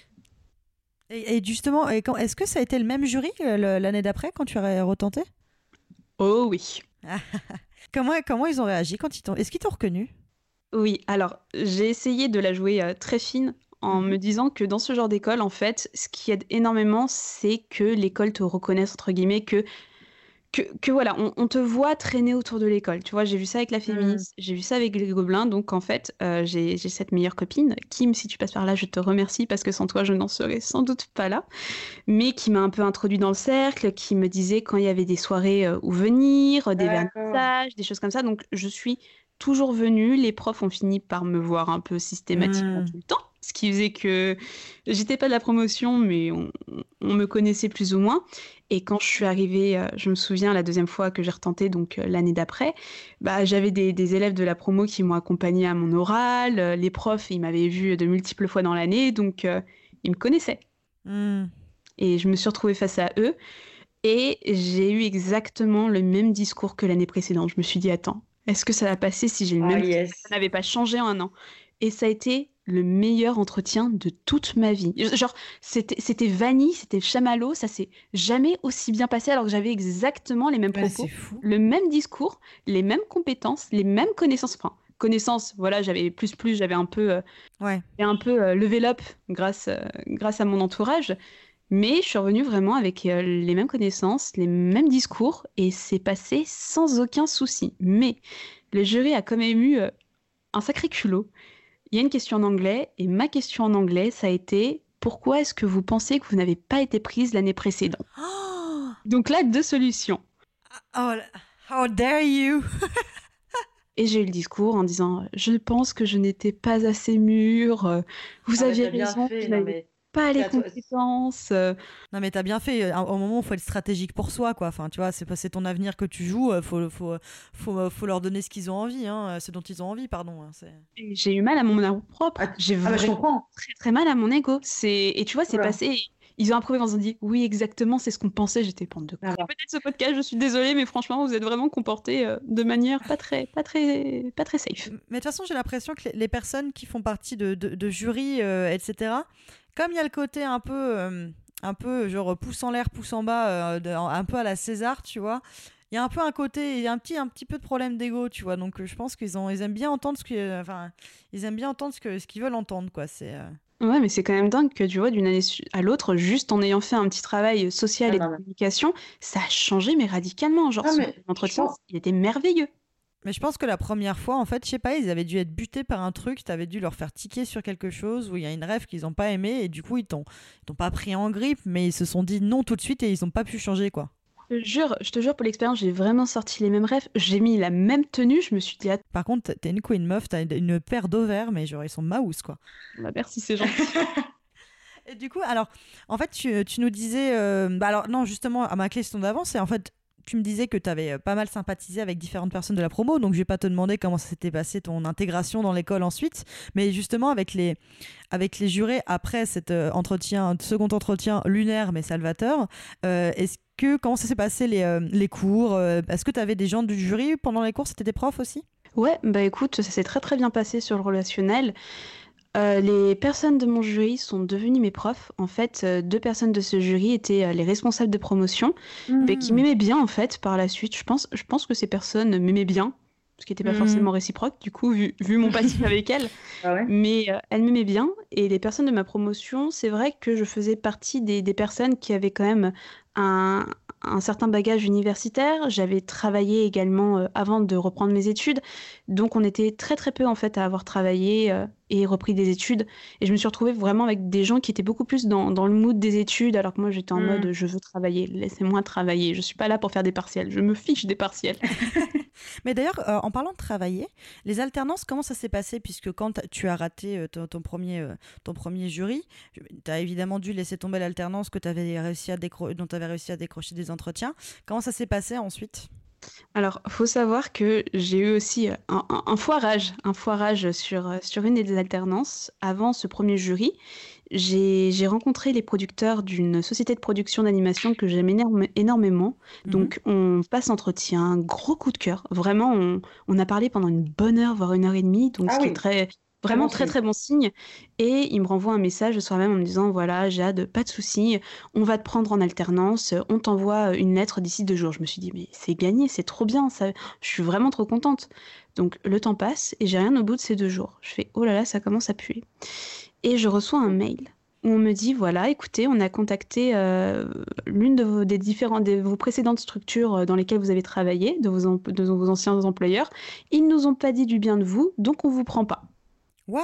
Et justement, est-ce que ça a été le même jury l'année d'après quand tu as retenté ? Oh oui. Comment ils ont réagi quand est-ce qu'ils t'ont reconnu ? Oui, alors j'ai essayé de la jouer très fine en me disant que dans ce genre d'école, en fait, ce qui aide énormément, c'est que l'école te reconnaisse, entre guillemets, que voilà, on te voit traîner autour de l'école. Tu vois, j'ai vu ça avec la féministe, j'ai vu ça avec les Gobelins, donc en fait, j'ai cette meilleure copine, Kim, si tu passes par là, je te remercie, parce que sans toi, je n'en serais sans doute pas là, mais qui m'a un peu introduit dans le cercle, qui me disait quand il y avait des soirées où venir, des vernissages, des choses comme ça, donc je suis toujours venue, les profs ont fini par me voir un peu systématiquement tout le temps, ce qui faisait que j'étais pas de la promotion, mais on me connaissait plus ou moins. Et quand je suis arrivée, je me souviens la deuxième fois que j'ai retenté, donc l'année d'après, j'avais des élèves de la promo qui m'ont accompagnée à mon oral, les profs, ils m'avaient vue de multiples fois dans l'année, donc ils me connaissaient. Et je me suis retrouvée face à eux, et j'ai eu exactement le même discours que l'année précédente. Je me suis dit, attends, est-ce que ça va passer si j'ai le même discours ? Ça n'avait pas changé en un an. Et ça a été le meilleur entretien de toute ma vie. Genre, c'était vanille, c'était chamallow, ça s'est jamais aussi bien passé alors que j'avais exactement les mêmes propos, le même discours, les mêmes compétences, les mêmes connaissances. Enfin, connaissances, voilà, j'avais j'avais un peu, level up grâce à mon entourage. Mais je suis revenue vraiment avec les mêmes connaissances, les mêmes discours, et c'est passé sans aucun souci. Mais le jury a quand même eu un sacré culot. Il y a une question en anglais, et ma question en anglais, ça a été « Pourquoi est-ce que vous pensez que vous n'avez pas été prise l'année précédente ?» Donc là, 2 solutions. Oh, how dare you. Et j'ai eu le discours en disant « Je pense que je n'étais pas assez mûre, vous aviez raison, pas les Bah, toi- compétences. Non, mais t'as bien fait. Au moment où il faut être stratégique pour soi, quoi. Enfin, tu vois, c'est ton avenir que tu joues. Faut leur donner ce qu'ils ont envie, hein, ce dont ils ont envie, pardon. Hein, Et j'ai eu mal à mon amour propre. J'ai bah, je vraiment comprends. très très mal à mon ego. Et tu vois, c'est Oula. passé. Ils ont approuvé, ils ont dit oui, exactement, c'est ce qu'on pensait. J'étais pente de Ah. peut-être ce podcast, je suis désolée, mais franchement, vous êtes vraiment comportés de manière pas très safe. Mais de toute façon, j'ai l'impression que les personnes qui font partie de jury, etc., comme il y a le côté un peu genre pouce en l'air, pouce en bas, un peu à la César, tu vois. Il y a un peu un côté, il y a un petit peu de problème d'ego, tu vois. Donc je pense ils aiment bien entendre ils aiment bien entendre ce qu'ils veulent entendre, quoi. Ouais, mais c'est quand même dingue que tu vois, d'une année à l'autre, juste en ayant fait un petit travail social Ah, et de non, mais- communication, ça a changé, mais radicalement. Genre, Ah, ce mais entretien, je pense- il était merveilleux. Mais je pense que la première fois, en fait, je sais pas, ils avaient dû être butés par un truc, t'avais dû leur faire tiquer sur quelque chose où il y a une rêve qu'ils ont pas aimé et du coup ils t'ont pas pris en grippe, mais ils se sont dit non tout de suite et ils ont pas pu changer, quoi. Je te jure, pour l'expérience, j'ai vraiment sorti les mêmes rêves. J'ai mis la même tenue, je me suis dit, ah, Par contre, t'es une queen meuf, t'as une paire d'ovaires, mais genre ils sont maous, quoi. bah, merci, c'est gentil. Et du coup, alors, en fait, tu nous disais, alors non, justement, à ma question d'avant, c'est en fait, tu me disais que tu avais pas mal sympathisé avec différentes personnes de la promo, donc je vais pas te demander comment ça s'était passé ton intégration dans l'école ensuite, mais justement avec les jurés après cet second entretien lunaire mais salvateur, comment ça s'est passé les cours, est-ce que tu avais des gens du jury pendant les cours, c'était des profs aussi? Ouais, bah écoute, ça s'est très très bien passé sur le relationnel. Les personnes de mon jury sont devenues mes profs. En fait, 2 personnes de ce jury étaient les responsables de promotion, mais qui m'aimaient bien en fait par la suite. Je pense que ces personnes m'aimaient bien, ce qui n'était pas forcément réciproque, du coup, vu mon passif avec elles. Ah ouais. Mais elles m'aimaient bien. Et les personnes de ma promotion, c'est vrai que je faisais partie des personnes qui avaient quand même un certain bagage universitaire. J'avais travaillé également avant de reprendre mes études. Donc on était très très peu en fait à avoir travaillé et repris des études. Et je me suis retrouvée vraiment avec des gens qui étaient beaucoup plus dans le mood des études, alors que moi j'étais en mode je veux travailler, laissez-moi travailler. Je suis pas là pour faire des partiels, je me fiche des partiels. Mais d'ailleurs, en parlant de travailler, les alternances, comment ça s'est passé? Puisque quand tu as raté ton premier jury, tu as évidemment dû laisser tomber l'alternance que dont tu avais réussi à décrocher des entretiens. Comment ça s'est passé ensuite? Alors, faut savoir que j'ai eu aussi un foirage sur une des alternances. Avant ce premier jury, j'ai rencontré les producteurs d'une société de production d'animation que j'aime énormément. Donc, on passe entretien, gros coup de cœur. Vraiment, on a parlé pendant une bonne heure, voire 1 heure et demie. Donc, ce qui est vraiment très très bon signe. Et il me renvoie un message le soir même en me disant voilà, Jade, pas de souci, on va te prendre en alternance, on t'envoie une lettre d'ici 2 jours. Je me suis dit mais c'est gagné, c'est trop bien, ça, je suis vraiment trop contente. Donc le temps passe et j'ai rien au bout de ces 2 jours. Je fais oh là là, ça commence à puer. Et je reçois un mail où on me dit voilà, écoutez, on a contacté l'une de vos précédentes structures dans lesquelles vous avez travaillé, de vos anciens employeurs. Ils nous ont pas dit du bien de vous, donc on vous prend pas. What?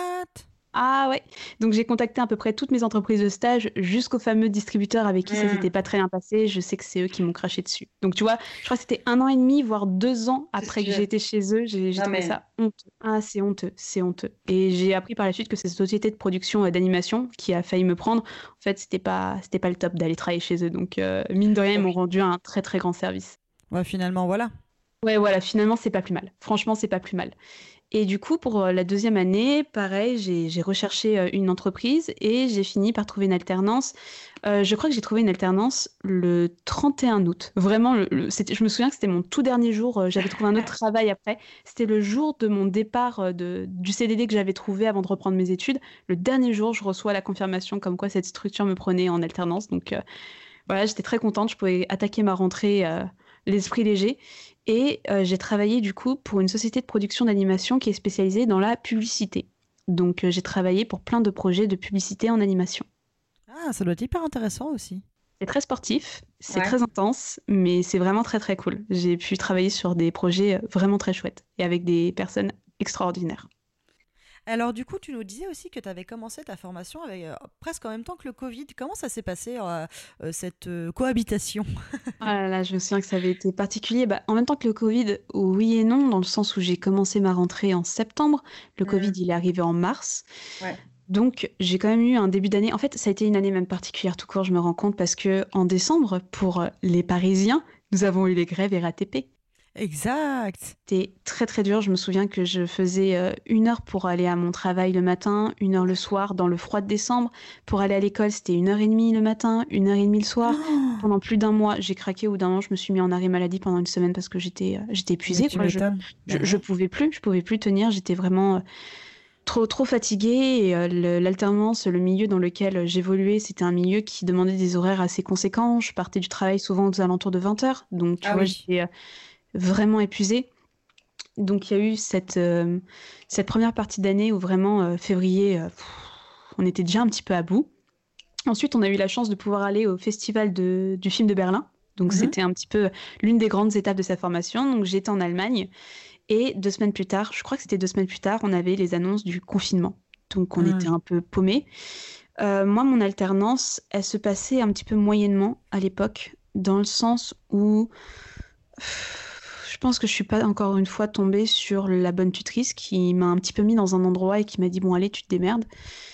Ah ouais. Donc j'ai contacté à peu près toutes mes entreprises de stage jusqu'au fameux distributeur avec qui ça s'était pas très bien passé. Je sais que c'est eux qui m'ont craché dessus. Donc tu vois, je crois que c'était 1 an et demi, voire 2 ans après que j'ai été chez eux. J'ai trouvé ça honteux. Ah, c'est honteux, c'est honteux. Et j'ai appris par la suite que cette société de production d'animation qui a failli me prendre, en fait, c'était pas le top d'aller travailler chez eux. Donc mine de rien, ils m'ont rendu un très très grand service. Ouais, finalement, voilà. Ouais, voilà, finalement, c'est pas plus mal. Franchement, c'est pas plus mal. Et du coup, pour la 2e année, pareil, j'ai recherché une entreprise et j'ai fini par trouver une alternance. Je crois que j'ai trouvé une alternance le 31 août. Vraiment, je me souviens que c'était mon tout dernier jour. J'avais trouvé un autre travail après. C'était le jour de mon départ du CDD que j'avais trouvé avant de reprendre mes études. Le dernier jour, je reçois la confirmation comme quoi cette structure me prenait en alternance. Donc voilà, j'étais très contente. Je pouvais attaquer ma rentrée l'esprit léger. Et j'ai travaillé du coup pour une société de production d'animation qui est spécialisée dans la publicité. Donc j'ai travaillé pour plein de projets de publicité en animation. Ah, ça doit être hyper intéressant aussi. C'est très sportif, c'est très intense, mais c'est vraiment très très cool. J'ai pu travailler sur des projets vraiment très chouettes et avec des personnes extraordinaires. Alors du coup, tu nous disais aussi que tu avais commencé ta formation avec, presque en même temps que le Covid. Comment ça s'est passé, cette cohabitation? Ah là là, je me souviens que ça avait été particulier. En même temps que le Covid, oui et non, dans le sens où j'ai commencé ma rentrée en septembre. Le Covid, il est arrivé en mars. Ouais. Donc, j'ai quand même eu un début d'année. En fait, ça a été une année même particulière tout court, je me rends compte, parce que en décembre, pour les Parisiens, nous avons eu les grèves RATP. Exact. C'était très très dur. Je me souviens que je faisais 1 heure pour aller à mon travail le matin, 1 heure le soir dans le froid de décembre. Pour aller à l'école, c'était 1h30 le matin, 1h30 le soir. Pendant plus d'un mois, j'ai craqué. Au bout d'un moment, je me suis mis en arrêt maladie pendant une semaine parce que j'étais épuisée. Tu Quoi. m'étonnes. Je pouvais plus tenir. J'étais vraiment trop fatiguée. Et l'alternance, le milieu dans lequel j'évoluais, c'était un milieu qui demandait des horaires assez conséquents. Je partais du travail souvent aux alentours de 20h. Donc, tu vois, j'étais vraiment épuisée. Donc il y a eu cette première partie d'année où vraiment février, on était déjà un petit peu à bout. Ensuite, on a eu la chance de pouvoir aller au festival du film de Berlin. Donc c'était un petit peu l'une des grandes étapes de sa formation. Donc j'étais en Allemagne et 2 semaines plus tard, je crois que c'était 2 semaines plus tard, on avait les annonces du confinement. Donc on était un peu paumés. Moi, mon alternance, elle se passait un petit peu moyennement à l'époque, dans le sens où je pense que je suis pas encore une fois tombée sur la bonne tutrice qui m'a un petit peu mis dans un endroit et qui m'a dit bon allez tu te démerdes.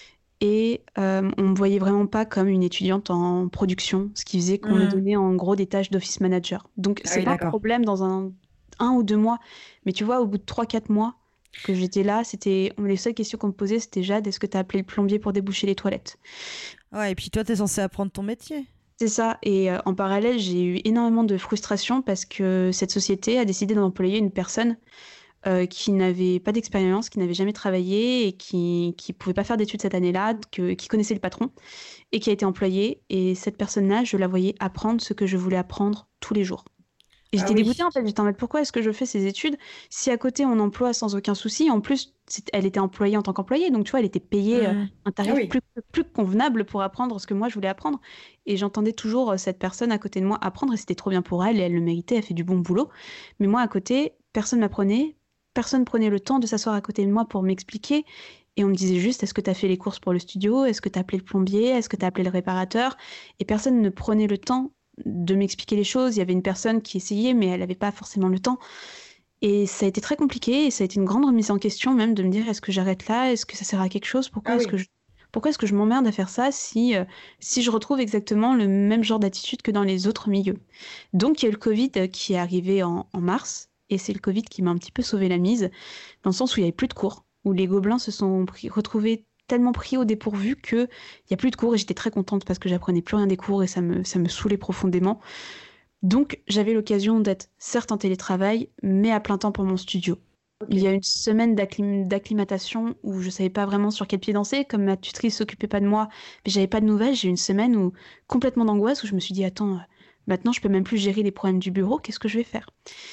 Et on me voyait vraiment pas comme une étudiante en production, ce qui faisait qu'on me donnait en gros des tâches d'office manager. Donc c'est pas un problème dans un ou 2 mois, mais tu vois au bout de 3-4 mois que j'étais là, les seules questions qu'on me posait c'était Jade, est-ce que t'as appelé le plombier pour déboucher les toilettes? Ouais, et puis toi t'es censée apprendre ton métier. C'est ça, et en parallèle, j'ai eu énormément de frustration parce que cette société a décidé d'employer une personne qui n'avait pas d'expérience, qui n'avait jamais travaillé et qui pouvait pas faire d'études cette année-là, qui connaissait le patron et qui a été employée. Et cette personne-là, je la voyais apprendre ce que je voulais apprendre tous les jours. Et j'étais dégoûtée en fait, j'étais en mode pourquoi est-ce que je fais ces études si à côté on emploie sans aucun souci, en plus elle était employée en tant qu'employée, donc tu vois elle était payée un tarif plus convenable pour apprendre ce que moi je voulais apprendre, et j'entendais toujours cette personne à côté de moi apprendre et c'était trop bien pour elle et elle le méritait, elle fait du bon boulot, mais moi à côté personne m'apprenait, personne prenait le temps de s'asseoir à côté de moi pour m'expliquer. Et on me disait juste, est-ce que tu as fait les courses pour le studio? Est-ce que tu as appelé le plombier? Est-ce que tu as appelé le réparateur? Et personne ne prenait le temps de m'expliquer les choses. Il y avait une personne qui essayait, mais elle n'avait pas forcément le temps. Et ça a été très compliqué, et ça a été une grande remise en question même de me dire, est-ce que j'arrête là? Est-ce que ça sert à quelque chose? Pourquoi est-ce que je m'emmerde à faire ça si je retrouve exactement le même genre d'attitude que dans les autres milieux? Donc il y a eu le Covid qui est arrivé en mars, et c'est le Covid qui m'a un petit peu sauvé la mise, dans le sens où il n'y avait plus de cours, où les gobelins se sont retrouvés tellement pris au dépourvu qu'il n'y a plus de cours, et j'étais très contente parce que j'apprenais plus rien des cours et ça me saoulait profondément. Donc j'avais l'occasion d'être certes en télétravail, mais à plein temps pour mon studio. Il y a une semaine d'acclimatation où je savais pas vraiment sur quel pied danser, comme ma tutrice s'occupait pas de moi, mais j'avais pas de nouvelles. J'ai eu une semaine où complètement d'angoisse, où je me suis dit attends, maintenant je peux même plus gérer les problèmes du bureau, qu'est-ce que je vais faire?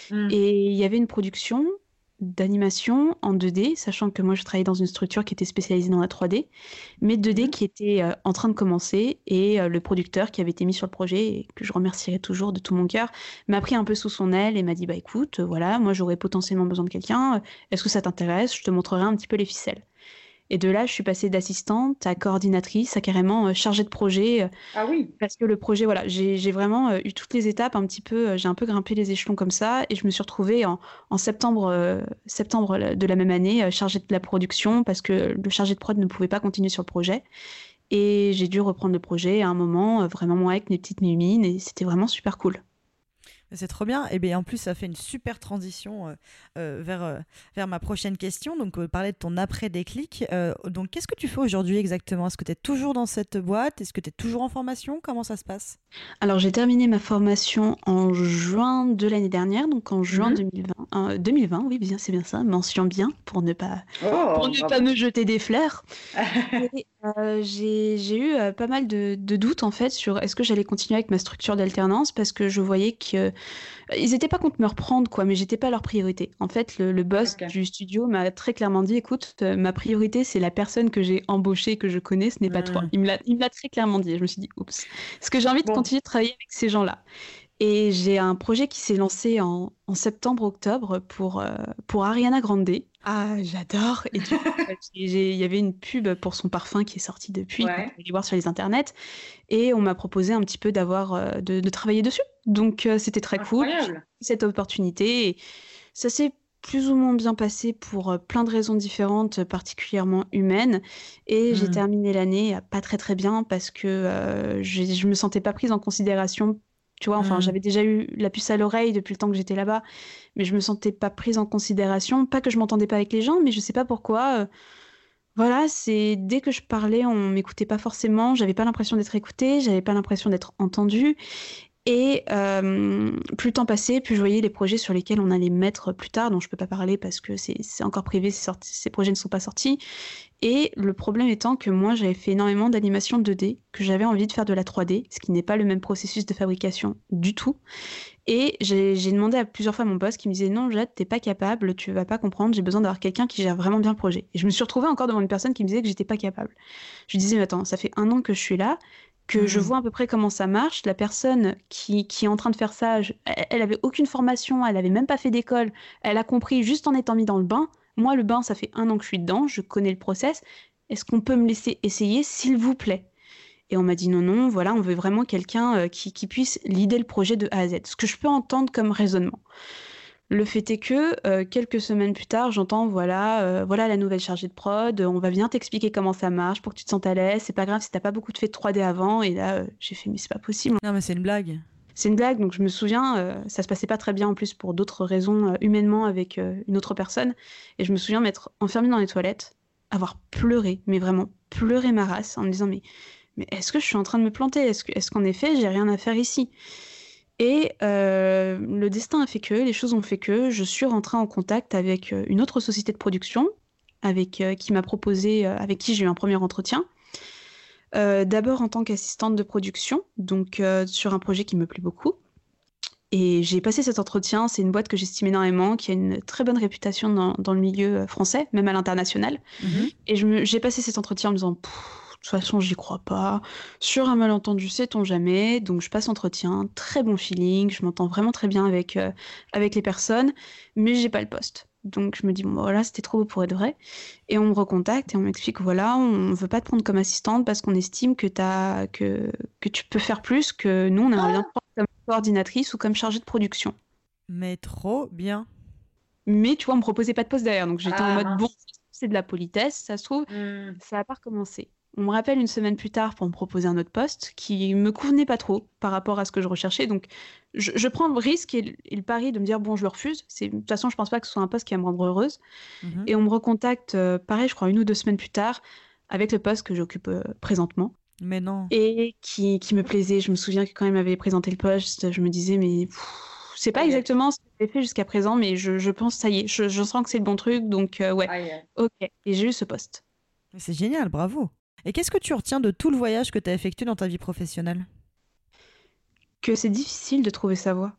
Et il y avait une production d'animation en 2D, sachant que moi je travaillais dans une structure qui était spécialisée dans la 3D, mais 2D qui était en train de commencer, et le producteur qui avait été mis sur le projet, et que je remercierai toujours de tout mon cœur, m'a pris un peu sous son aile et m'a dit bah écoute, voilà, moi j'aurais potentiellement besoin de quelqu'un, est-ce que ça t'intéresse? Je te montrerai un petit peu les ficelles. Et de là, je suis passée d'assistante à coordinatrice, à carrément chargée de projet. Ah oui. Parce que le projet, voilà, j'ai vraiment eu toutes les étapes un petit peu, j'ai un peu grimpé les échelons comme ça, et je me suis retrouvée en septembre de la même année, chargée de la production, parce que le chargé de prod ne pouvait pas continuer sur le projet. Et j'ai dû reprendre le projet à un moment, vraiment moi avec mes petites mimines, et c'était vraiment super cool. C'est trop bien. Et bien en plus, ça fait une super transition vers ma prochaine question. Donc, parler de ton après-déclic. Donc, qu'est-ce que tu fais aujourd'hui exactement? Est-ce que tu es toujours dans cette boîte? Est-ce que tu es toujours en formation? Comment ça se passe? Alors, j'ai terminé ma formation en juin de l'année dernière, donc en juin 2020. 2020, oui, bien, c'est bien ça. Mention bien pour ne pas me jeter des fleurs. Et, j'ai eu pas mal de doutes en fait sur est-ce que j'allais continuer avec ma structure d'alternance, parce que je voyais qu'ils n'étaient pas contre me reprendre quoi, mais j'étais pas leur priorité. En fait, le boss du studio m'a très clairement dit écoute, ma priorité c'est la personne que j'ai embauchée, que je connais, ce n'est pas toi. Il me l'a très clairement dit. Et je me suis dit oups, est-ce que j'ai envie de continuer de travailler avec ces gens-là? Et j'ai un projet qui s'est lancé en septembre-octobre pour Ariana Grande. Ah, j'adore. Et du coup, il y avait une pub pour son parfum qui est sorti depuis, qu'on peut aller voir sur les internets. Et on m'a proposé un petit peu de travailler dessus. Donc, c'était très cool. J'ai eu cette opportunité. Et ça s'est plus ou moins bien passé pour plein de raisons différentes, particulièrement humaines. Et j'ai terminé l'année pas très très bien parce que je me sentais pas prise en considération. Tu vois, enfin, j'avais déjà eu la puce à l'oreille depuis le temps que j'étais là-bas, mais je me sentais pas prise en considération. Pas que je m'entendais pas avec les gens, mais je sais pas pourquoi. Voilà, c'est dès que je parlais, on m'écoutait pas forcément. J'avais pas l'impression d'être écoutée, j'avais pas l'impression d'être entendue. Et plus le temps passait, plus je voyais les projets sur lesquels on allait me mettre plus tard, dont je peux pas parler parce que c'est encore privé, ces projets ne sont pas sortis. Et le problème étant que moi, j'avais fait énormément d'animation 2D, que j'avais envie de faire de la 3D, ce qui n'est pas le même processus de fabrication du tout. Et j'ai demandé à plusieurs fois à mon boss qui me disait non, Jade, t'es pas capable, tu vas pas comprendre, j'ai besoin d'avoir quelqu'un qui gère vraiment bien le projet. Et je me suis retrouvée encore devant une personne qui me disait que j'étais pas capable. Je lui disais, mais attends, ça fait 1 an que je suis là, que je vois à peu près comment ça marche. La personne qui est en train de faire ça, elle avait aucune formation, elle avait même pas fait d'école, elle a compris juste en étant mise dans le bain. Moi, le bain, ça fait 1 an que je suis dedans, je connais le process. Est-ce qu'on peut me laisser essayer, s'il vous plaît ? Et on m'a dit non, voilà, on veut vraiment quelqu'un qui puisse leader le projet de A à Z. Ce que je peux entendre comme raisonnement. Le fait est que quelques semaines plus tard, j'entends voilà la nouvelle chargée de prod, on va bien t'expliquer comment ça marche pour que tu te sentes à l'aise, c'est pas grave si t'as pas beaucoup fait de 3D avant. Et là, j'ai fait mais c'est pas possible. Non mais c'est une blague. C'est une blague, donc je me souviens, ça se passait pas très bien en plus pour d'autres raisons humainement avec une autre personne. Et je me souviens m'être enfermée dans les toilettes, avoir pleuré, mais vraiment pleuré ma race, en me disant mais est-ce que je suis en train de me planter ? Est-ce qu'en effet, j'ai rien à faire ici ? Et le destin a fait que, les choses ont fait que, je suis rentrée en contact avec une autre société de production, qui m'a proposé, avec qui j'ai eu un premier entretien. D'abord en tant qu'assistante de production, donc sur un projet qui me plaît beaucoup. Et j'ai passé cet entretien, c'est une boîte que j'estime énormément, qui a une très bonne réputation dans le milieu français, même à l'international. Et j'ai passé cet entretien en me disant, de toute façon, j'y crois pas. Sur un malentendu, sait-on jamais. Donc, je passe l'entretien, très bon feeling, je m'entends vraiment très bien avec les personnes, mais j'ai pas le poste. Donc, je me dis, bon, voilà, c'était trop beau pour être vrai. Et on me recontacte et on m'explique, voilà, on veut pas te prendre comme assistante parce qu'on estime que tu peux faire plus, que nous, on aimerait bien te prendre comme coordinatrice ou comme chargée de production. Mais trop bien. Mais tu vois, on me proposait pas de poste derrière. Donc, j'étais en mode, bon, c'est de la politesse, ça se trouve, ça va pas recommencer. On me rappelle une semaine plus tard pour me proposer un autre poste qui me convenait pas trop par rapport à ce que je recherchais. Donc, je prends le risque et le pari de me dire, bon, je le refuse. De toute façon, je pense pas que ce soit un poste qui va me rendre heureuse. Et on me recontacte, pareil, je crois 1 ou 2 semaines plus tard, avec le poste que j'occupe présentement. Mais non. Et qui me plaisait. Je me souviens que quand il m'avait présenté le poste, je me disais, mais c'est pas exactement ce que j'ai fait jusqu'à présent, mais je pense, ça y est, je sens que c'est le bon truc. Donc, ouais, ok. Et j'ai eu ce poste. C'est génial, bravo. Et qu'est-ce que tu retiens de tout le voyage que tu as effectué dans ta vie professionnelle ? Que c'est difficile de trouver sa voie.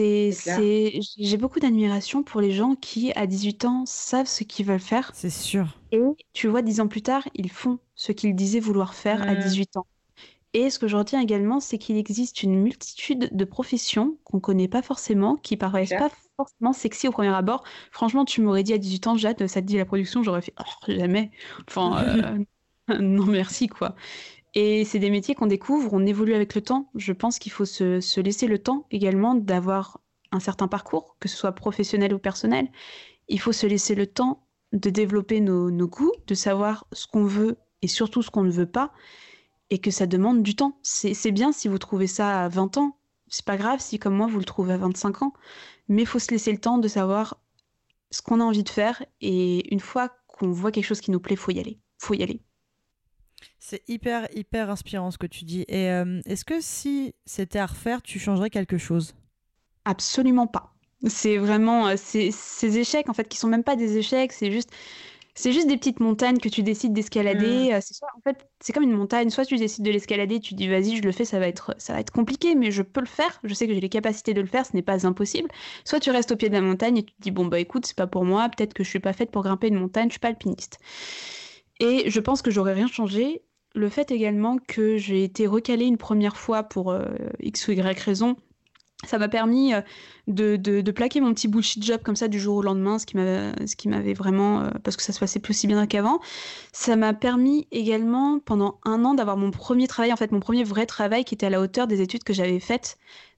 J'ai beaucoup d'admiration pour les gens qui, à 18 ans, savent ce qu'ils veulent faire. C'est sûr. Et tu vois, 10 ans plus tard, ils font ce qu'ils disaient vouloir faire à 18 ans. Et ce que je retiens également, c'est qu'il existe une multitude de professions qu'on ne connaît pas forcément, qui paraissent pas forcément sexy au premier abord. Franchement, tu m'aurais dit à 18 ans, Jade, ça te dit la production, j'aurais fait jamais. Enfin, non merci, quoi. Et c'est des métiers qu'on découvre, on évolue avec le temps. Je pense qu'il faut se laisser le temps également d'avoir un certain parcours, que ce soit professionnel ou personnel. Il faut se laisser le temps de développer nos goûts, de savoir ce qu'on veut et surtout ce qu'on ne veut pas, et que ça demande du temps. C'est bien si vous trouvez ça à 20 ans, c'est pas grave si comme moi vous le trouvez à 25 ans, mais il faut se laisser le temps de savoir ce qu'on a envie de faire, et une fois qu'on voit quelque chose qui nous plaît, faut y aller. C'est hyper inspirant ce que tu dis. Et est-ce que si c'était à refaire, tu changerais quelque chose ? Absolument pas. C'est vraiment ces échecs en fait qui sont même pas des échecs, c'est juste des petites montagnes que tu décides d'escalader. En fait, c'est comme une montagne. Soit tu décides de l'escalader, tu dis vas-y, je le fais, ça va être compliqué, mais je peux le faire. Je sais que j'ai les capacités de le faire, ce n'est pas impossible. Soit tu restes au pied de la montagne et tu te dis bon bah écoute, c'est pas pour moi, peut-être que je suis pas faite pour grimper une montagne, je suis pas alpiniste. Et je pense que j'aurais rien changé. Le fait également que j'ai été recalée une première fois pour X ou Y raison, ça m'a permis de plaquer mon petit bullshit job comme ça du jour au lendemain, ce qui m'avait vraiment, parce que ça se passait plus aussi bien qu'avant. Ça m'a permis également pendant 1 an d'avoir mon premier travail, en fait mon premier vrai travail qui était à la hauteur des études que j'avais faites.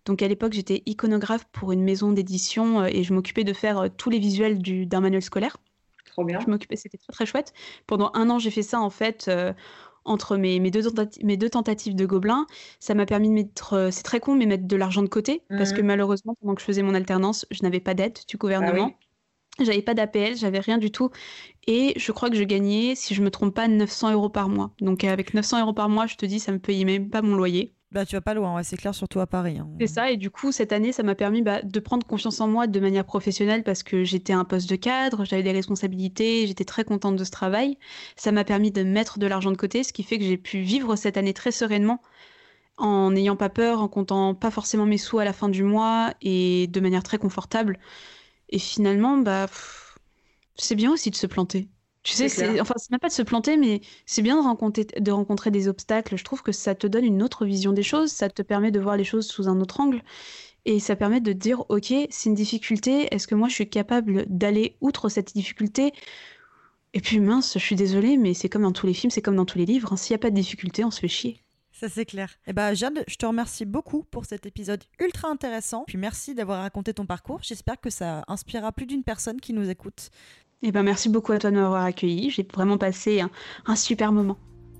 Donc à l'époque, j'étais iconographe pour une maison d'édition et je m'occupais de faire tous les visuels d'un manuel scolaire. Trop bien. C'était très très chouette. Pendant 1 an, j'ai fait ça en fait entre mes deux tentatives de Gobelins. Ça m'a permis de mettre, c'est très con, mais mettre de l'argent de côté parce que malheureusement, pendant que je faisais mon alternance, je n'avais pas d'aide du gouvernement. Ah oui. J'avais pas d'APL, j'avais rien du tout. Et je crois que je gagnais, si je me trompe pas, 900 € par mois. Donc avec 900 € par mois, je te dis, ça me payait même pas mon loyer. Bah, tu vas pas loin, ouais, c'est clair, surtout à Paris. C'est ça, et du coup, cette année, ça m'a permis de prendre confiance en moi de manière professionnelle parce que j'étais à un poste de cadre, j'avais des responsabilités, j'étais très contente de ce travail. Ça m'a permis de mettre de l'argent de côté, ce qui fait que j'ai pu vivre cette année très sereinement en n'ayant pas peur, en comptant pas forcément mes sous à la fin du mois et de manière très confortable. Et finalement, c'est bien aussi de se planter. Tu sais, C'est clair. c'est même pas de se planter, mais c'est bien de rencontrer des obstacles. Je trouve que ça te donne une autre vision des choses, ça te permet de voir les choses sous un autre angle, et ça permet de te dire, ok, c'est une difficulté, est-ce que moi je suis capable d'aller outre cette difficulté? Et puis mince, je suis désolée, mais c'est comme dans tous les films, c'est comme dans tous les livres, hein. S'il n'y a pas de difficulté, on se fait chier. Ça, c'est clair. Eh ben, Jade, je te remercie beaucoup pour cet épisode ultra intéressant. Puis merci d'avoir raconté ton parcours. J'espère que ça inspirera plus d'une personne qui nous écoute. Et merci beaucoup à toi de m'avoir accueilli. J'ai vraiment passé un super moment.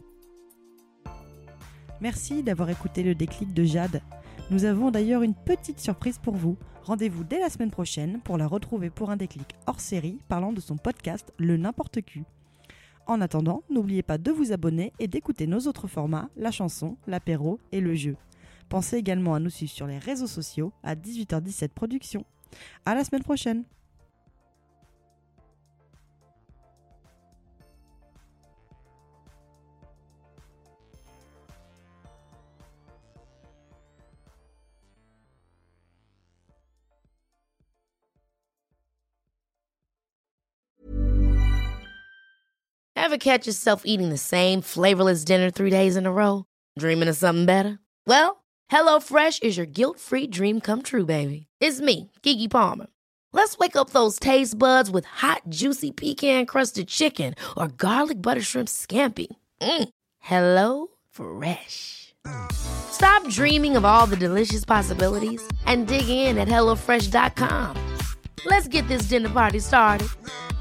Merci d'avoir écouté le déclic de Jade. Nous avons d'ailleurs une petite surprise pour vous. Rendez-vous dès la semaine prochaine pour la retrouver pour un déclic hors série parlant de son podcast Le N'importe Q. En attendant, n'oubliez pas de vous abonner et d'écouter nos autres formats, la chanson, l'apéro et le jeu. Pensez également à nous suivre sur les réseaux sociaux à 18h17 Productions. À la semaine prochaine. Ever catch yourself eating the same flavorless dinner 3 days in a row? Dreaming of something better? Well, HelloFresh is your guilt-free dream come true, baby. It's me, Keke Palmer. Let's wake up those taste buds with hot, juicy pecan-crusted chicken or garlic butter shrimp scampi. Hello Fresh. Stop dreaming of all the delicious possibilities and dig in at HelloFresh.com. Let's get this dinner party started.